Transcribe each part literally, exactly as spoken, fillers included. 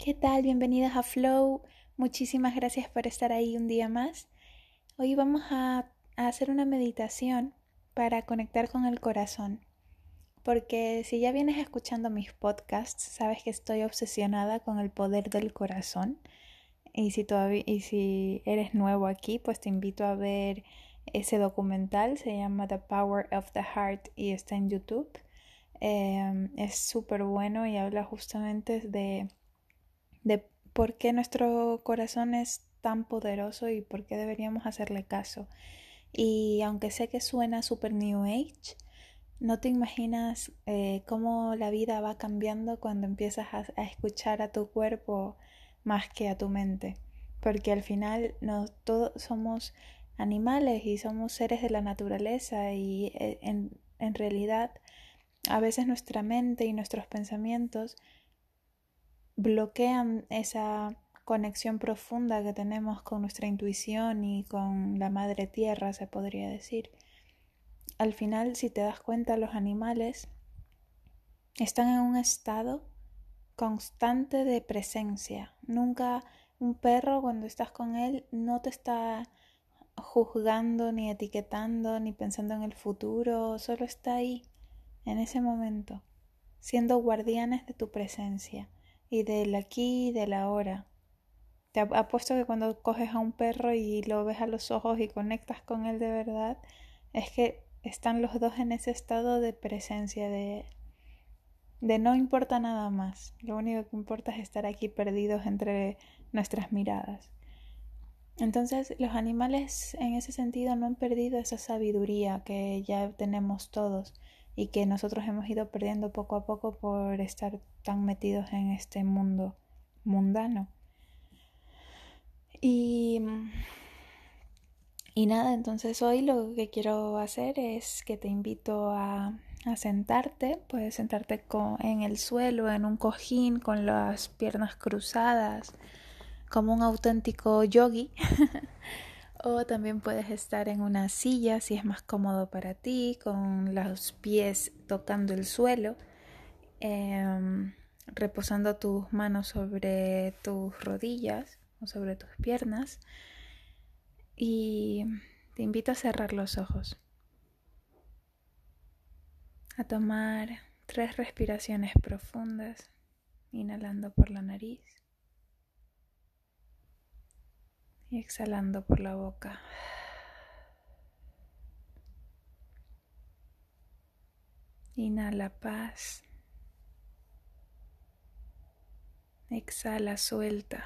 ¿Qué tal? Bienvenidos a Flow. Muchísimas gracias por estar ahí un día más. Hoy vamos a, a hacer una meditación para conectar con el corazón. Porque si ya vienes escuchando mis podcasts, sabes que estoy obsesionada con el poder del corazón. Y si todavía, y si eres nuevo aquí, pues te invito a ver ese documental. Se llama The Power of the Heart y está en YouTube. Eh, es súper bueno y habla justamente de de por qué nuestro corazón es tan poderoso y por qué deberíamos hacerle caso. Y aunque sé que suena super New Age, no te imaginas eh, cómo la vida va cambiando cuando empiezas a, a escuchar a tu cuerpo más que a tu mente. Porque al final no, todos somos animales y somos seres de la naturaleza y eh, en, en realidad a veces nuestra mente y nuestros pensamientos bloquean esa conexión profunda que tenemos con nuestra intuición y con la madre tierra, se podría decir. Al final, si te das cuenta, los animales están en un estado constante de presencia. Nunca un perro, cuando estás con él, no te está juzgando, ni etiquetando, ni pensando en el futuro, solo está ahí, en ese momento, siendo guardianes de tu presencia y del aquí y del ahora. Te apuesto que cuando coges a un perro y lo ves a los ojos y conectas con él de verdad, es que están los dos en ese estado de presencia, de, de no importa nada más. Lo único que importa es estar aquí perdidos entre nuestras miradas. Entonces, los animales en ese sentido no han perdido esa sabiduría que ya tenemos todos y que nosotros hemos ido perdiendo poco a poco por estar tan metidos en este mundo mundano. Y, y nada, entonces hoy lo que quiero hacer es que te invito a, a sentarte. Puedes sentarte con, en el suelo, en un cojín, con las piernas cruzadas, como un auténtico yogi. O también puedes estar en una silla si es más cómodo para ti, con los pies tocando el suelo, eh, reposando tus manos sobre tus rodillas o sobre tus piernas. Y te invito a cerrar los ojos, a tomar tres respiraciones profundas, inhalando por la nariz y exhalando por la boca. Inhala paz, exhala suelta.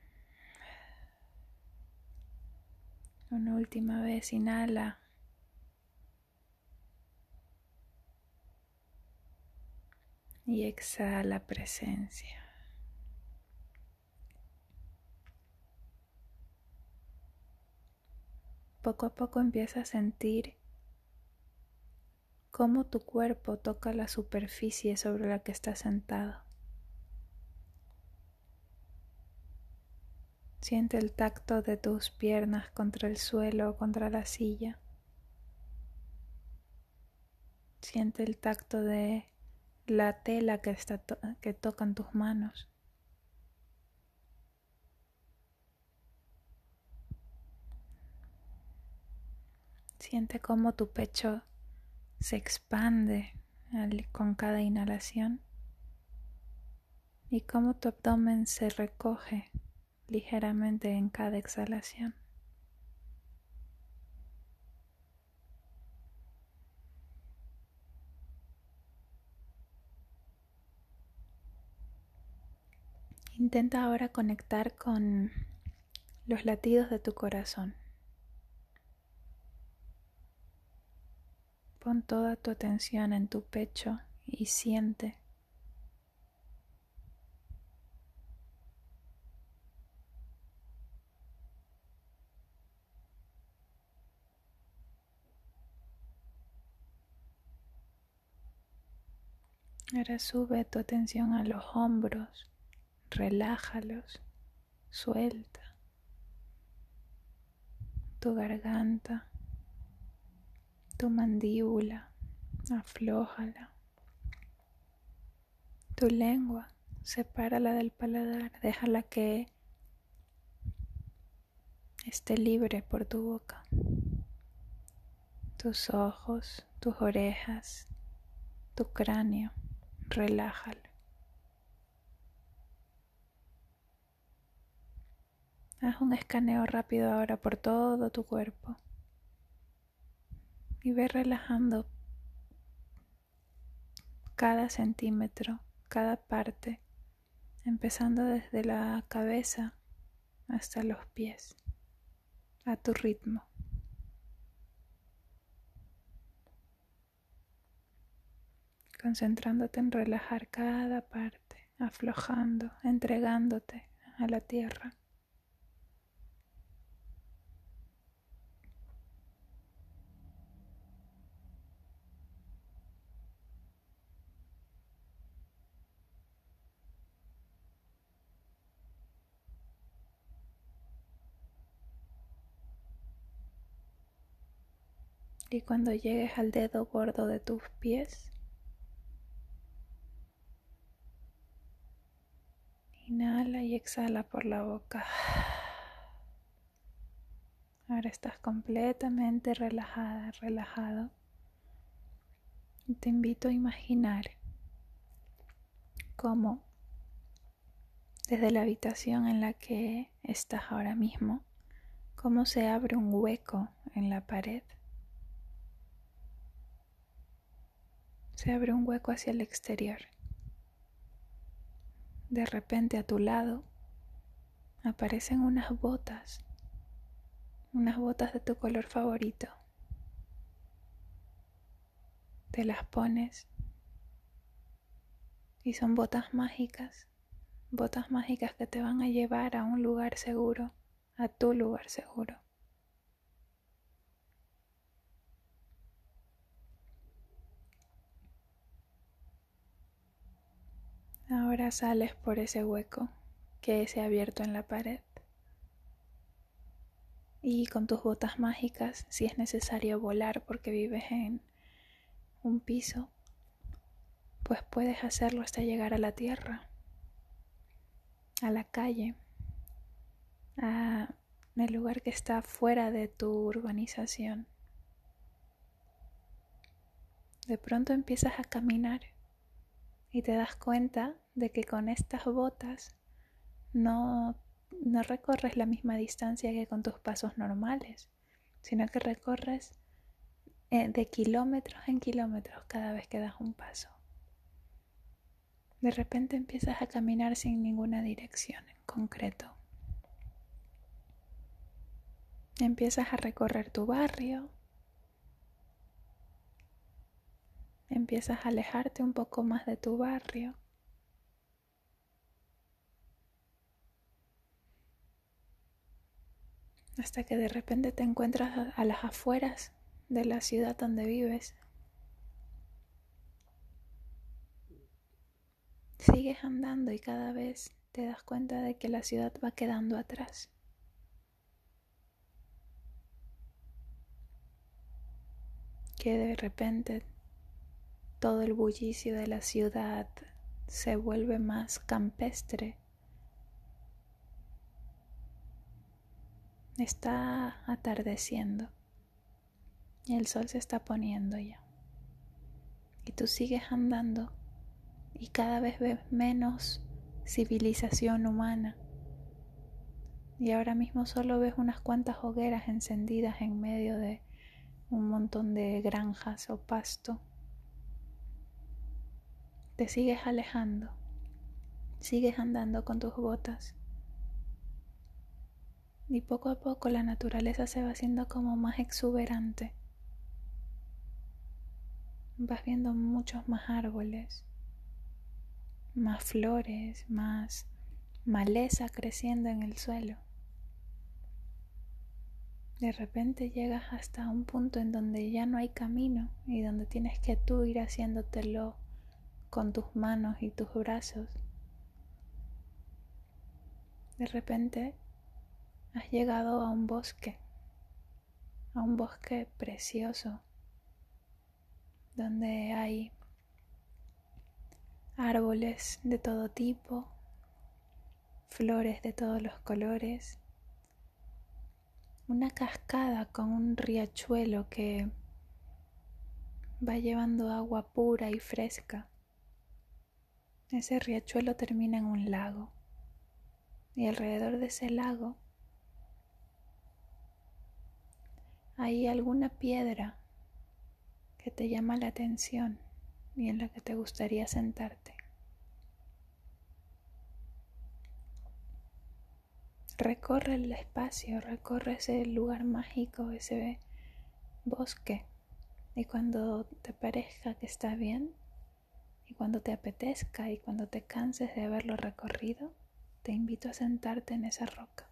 Una última vez, inhala y exhala presencia. Poco a poco empieza a sentir cómo tu cuerpo toca la superficie sobre la que estás sentado. Siente el tacto de tus piernas contra el suelo o contra la silla. Siente el tacto de la tela que, está to- que tocan tus manos. Siente cómo tu pecho se expande al, con cada inhalación y cómo tu abdomen se recoge ligeramente en cada exhalación. Intenta ahora conectar con los latidos de tu corazón. Pon toda tu atención en tu pecho y siente Ahora sube tu atención a los hombros, relájalos, suelta tu garganta, tu mandíbula, aflójala, tu lengua, sepárala del paladar, déjala que esté libre por tu boca. Tus ojos, tus orejas, tu cráneo, relájalo. Haz un escaneo rápido ahora por todo tu cuerpo y ve relajando cada centímetro, cada parte, empezando desde la cabeza hasta los pies, a tu ritmo. Concentrándote en relajar cada parte, aflojando, entregándote a la tierra. Y cuando llegues al dedo gordo de tus pies, inhala y exhala por la boca. Ahora estás completamente relajada, relajado. Y te invito a imaginar cómo desde la habitación en la que estás ahora mismo, cómo se abre un hueco en la pared. Se abre un hueco hacia el exterior. De repente a tu lado aparecen unas botas, unas botas de tu color favorito. Te las pones y son botas mágicas, botas mágicas que te van a llevar a un lugar seguro, a tu lugar seguro. Ahora sales por ese hueco que se ha abierto en la pared y con tus botas mágicas, si es necesario volar porque vives en un piso, pues puedes hacerlo hasta llegar a la tierra, a la calle, a el lugar que está fuera de tu urbanización. De pronto empiezas a caminar y te das cuenta de que con estas botas no, no recorres la misma distancia que con tus pasos normales, sino que recorres eh, de kilómetros en kilómetros cada vez que das un paso. De repente empiezas a caminar sin ninguna dirección en concreto. Empiezas a recorrer tu barrio. Empiezas a alejarte un poco más de tu barrio. Hasta que de repente te encuentras a las afueras de la ciudad donde vives. Sigues andando y cada vez te das cuenta de que la ciudad va quedando atrás. Que de repente todo el bullicio de la ciudad se vuelve más campestre. Está atardeciendo y el sol se está poniendo ya. Y tú sigues andando y cada vez ves menos civilización humana. Y ahora mismo solo ves unas cuantas hogueras encendidas en medio de un montón de granjas o pasto. Te sigues alejando, sigues andando con tus botas. Y poco a poco la naturaleza se va haciendo como más exuberante. Vas viendo muchos más árboles, más flores, más maleza creciendo en el suelo. De repente llegas hasta un punto en donde ya no hay camino y donde tienes que tú ir haciéndotelo con tus manos y tus brazos. De repente has llegado a un bosque, a un bosque precioso, donde hay árboles de todo tipo, flores de todos los colores, una cascada con un riachuelo que va llevando agua pura y fresca. Ese riachuelo termina en un lago y alrededor de ese lago hay alguna piedra que te llama la atención y en la que te gustaría sentarte. Recorre el espacio, recorre ese lugar mágico, ese bosque, y cuando te parezca que está bien, y cuando te apetezca y cuando te canses de haberlo recorrido, te invito a sentarte en esa roca.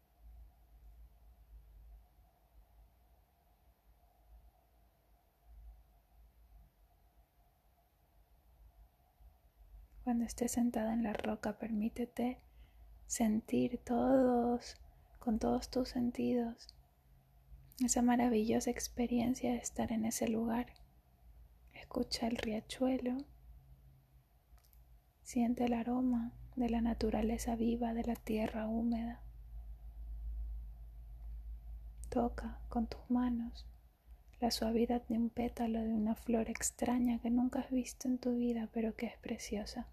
Cuando estés sentada en la roca, permítete sentir todos, con todos tus sentidos, esa maravillosa experiencia de estar en ese lugar. Escucha el riachuelo, siente el aroma de la naturaleza viva, de la tierra húmeda. Toca con tus manos la suavidad de un pétalo de una flor extraña que nunca has visto en tu vida, pero que es preciosa.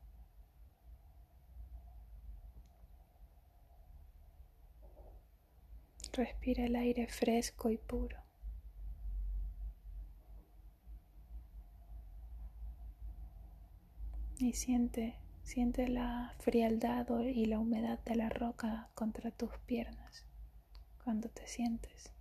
Respira el aire fresco y puro. Y siente, siente la frialdad y la humedad de la roca contra tus piernas cuando te sientes.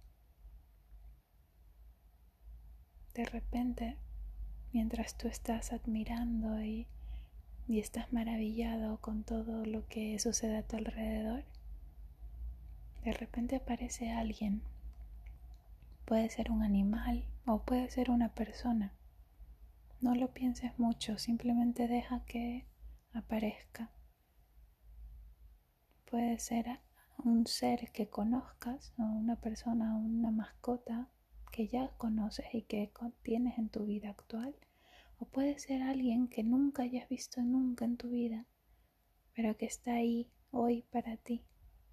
De repente, mientras tú estás admirando y, y estás maravillado con todo lo que sucede a tu alrededor, de repente aparece alguien. Puede ser un animal o puede ser una persona. No lo pienses mucho, simplemente deja que aparezca. Puede ser un ser que conozcas, o una persona o una mascota que ya conoces y que tienes en tu vida actual, o puede ser alguien que nunca hayas visto nunca en tu vida, pero que está ahí hoy para ti.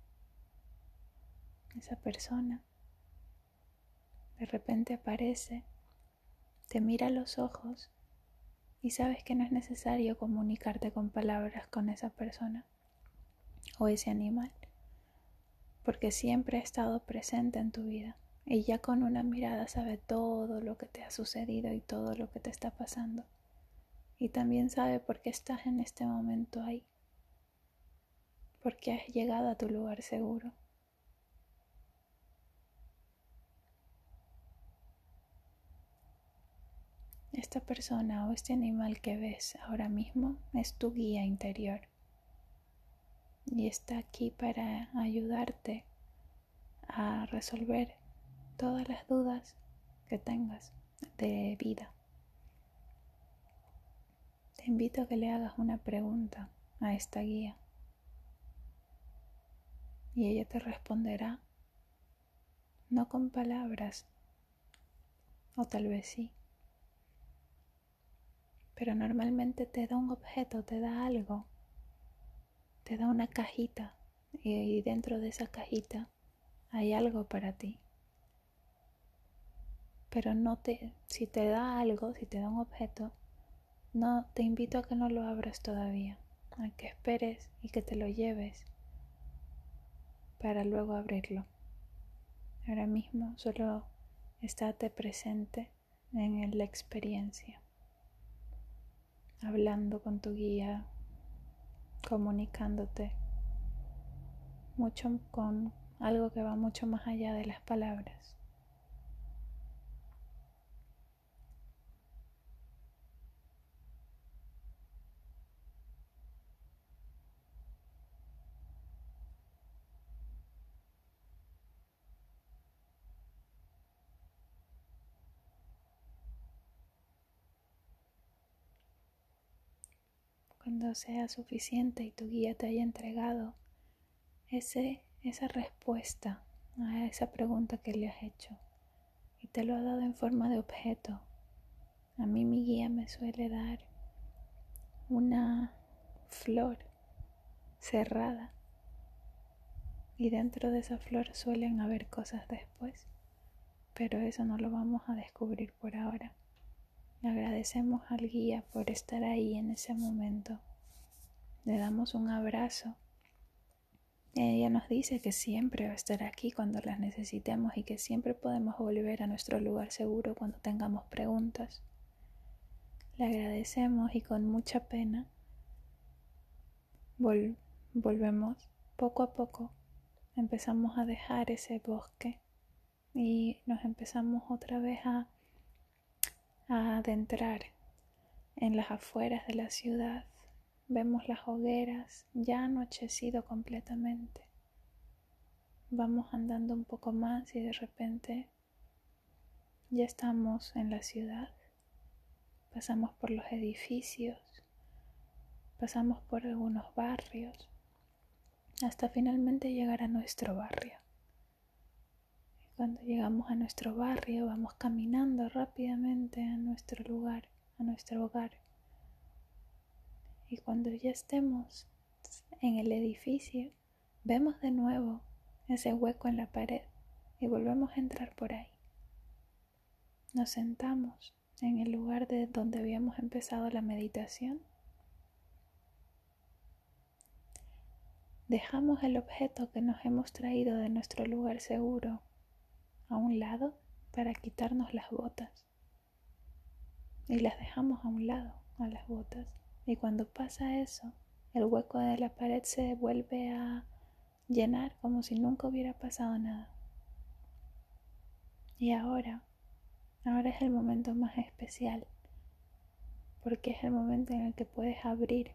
Esa persona de repente aparece, te mira a los ojos y sabes que no es necesario comunicarte con palabras con esa persona o ese animal, porque siempre ha estado presente en tu vida y ya con una mirada sabe todo lo que te ha sucedido y todo lo que te está pasando, y también sabe por qué estás en este momento ahí, porque has llegado a tu lugar seguro. Esta persona o este animal que ves ahora mismo es tu guía interior y está aquí para ayudarte a resolver todas las dudas que tengas de vida. Te invito a que le hagas una pregunta a esta guía y ella te responderá, no con palabras, o tal vez sí, pero normalmente te da un objeto, te da algo, te da una cajita y dentro de esa cajita hay algo para ti. Pero no te, si te da algo, si te da un objeto, no te invito a que no lo abras todavía, a que esperes y que te lo lleves para luego abrirlo. Ahora mismo solo estate presente en la experiencia, hablando con tu guía, comunicándote mucho con algo que va mucho más allá de las palabras. Cuando sea suficiente y tu guía te haya entregado ese, esa respuesta a esa pregunta que le has hecho y te lo ha dado en forma de objeto. A mí mi guía me suele dar una flor cerrada y dentro de esa flor suelen haber cosas después, pero eso no lo vamos a descubrir por ahora. Agradecemos al guía por estar ahí en ese momento. Le damos un abrazo. Ella nos dice que siempre va a estar aquí cuando las necesitemos y que siempre podemos volver a nuestro lugar seguro cuando tengamos preguntas. Le agradecemos y con mucha pena vol- volvemos poco a poco. Empezamos a dejar ese bosque y nos empezamos otra vez a, a adentrar en las afueras de la ciudad. Vemos las hogueras, ya anochecido completamente. Vamos andando un poco más y de repente ya estamos en la ciudad. Pasamos por los edificios, pasamos por algunos barrios, hasta finalmente llegar a nuestro barrio. Cuando llegamos a nuestro barrio, vamos caminando rápidamente a nuestro lugar, a nuestro hogar. Y cuando ya estemos en el edificio, vemos de nuevo ese hueco en la pared y volvemos a entrar por ahí. Nos sentamos en el lugar de donde habíamos empezado la meditación. Dejamos el objeto que nos hemos traído de nuestro lugar seguro a un lado para quitarnos las botas. Y las dejamos a un lado, a las botas. Y cuando pasa eso, el hueco de la pared se vuelve a llenar como si nunca hubiera pasado nada. Y ahora, ahora es el momento más especial, porque es el momento en el que puedes abrir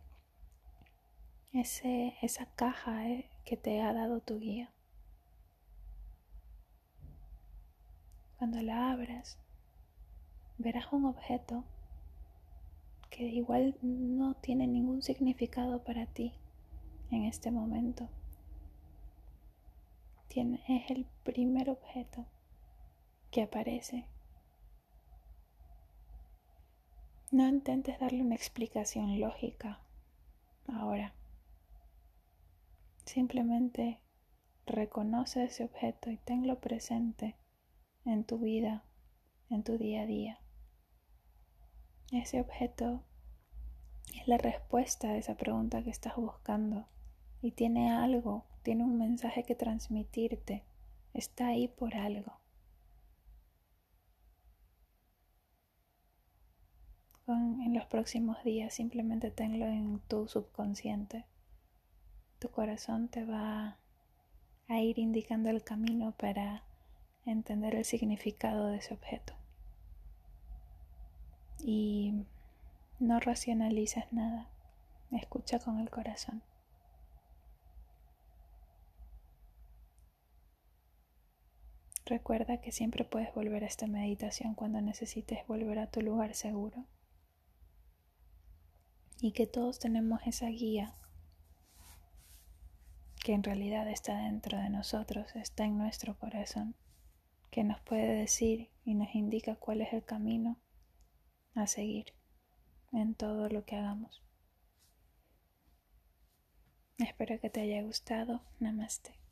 ese, esa caja eh, que te ha dado tu guía. Cuando la abras, verás un objeto que igual no tiene ningún significado para ti en este momento. Tiene, es el primer objeto que aparece. No intentes darle una explicación lógica ahora. Simplemente reconoce ese objeto y tenlo presente en tu vida, en tu día a día. Ese objeto es la respuesta a esa pregunta que estás buscando y tiene algo, tiene un mensaje que transmitirte. Está ahí por algo. Con, en los próximos días simplemente tenlo en tu subconsciente. Tu corazón te va a ir indicando el camino para entender el significado de ese objeto. Y no racionalices nada, escucha con el corazón. Recuerda que siempre puedes volver a esta meditación cuando necesites volver a tu lugar seguro. Y que todos tenemos esa guía que en realidad está dentro de nosotros, está en nuestro corazón, que nos puede decir y nos indica cuál es el camino a seguir en todo lo que hagamos. Espero que te haya gustado. Namaste.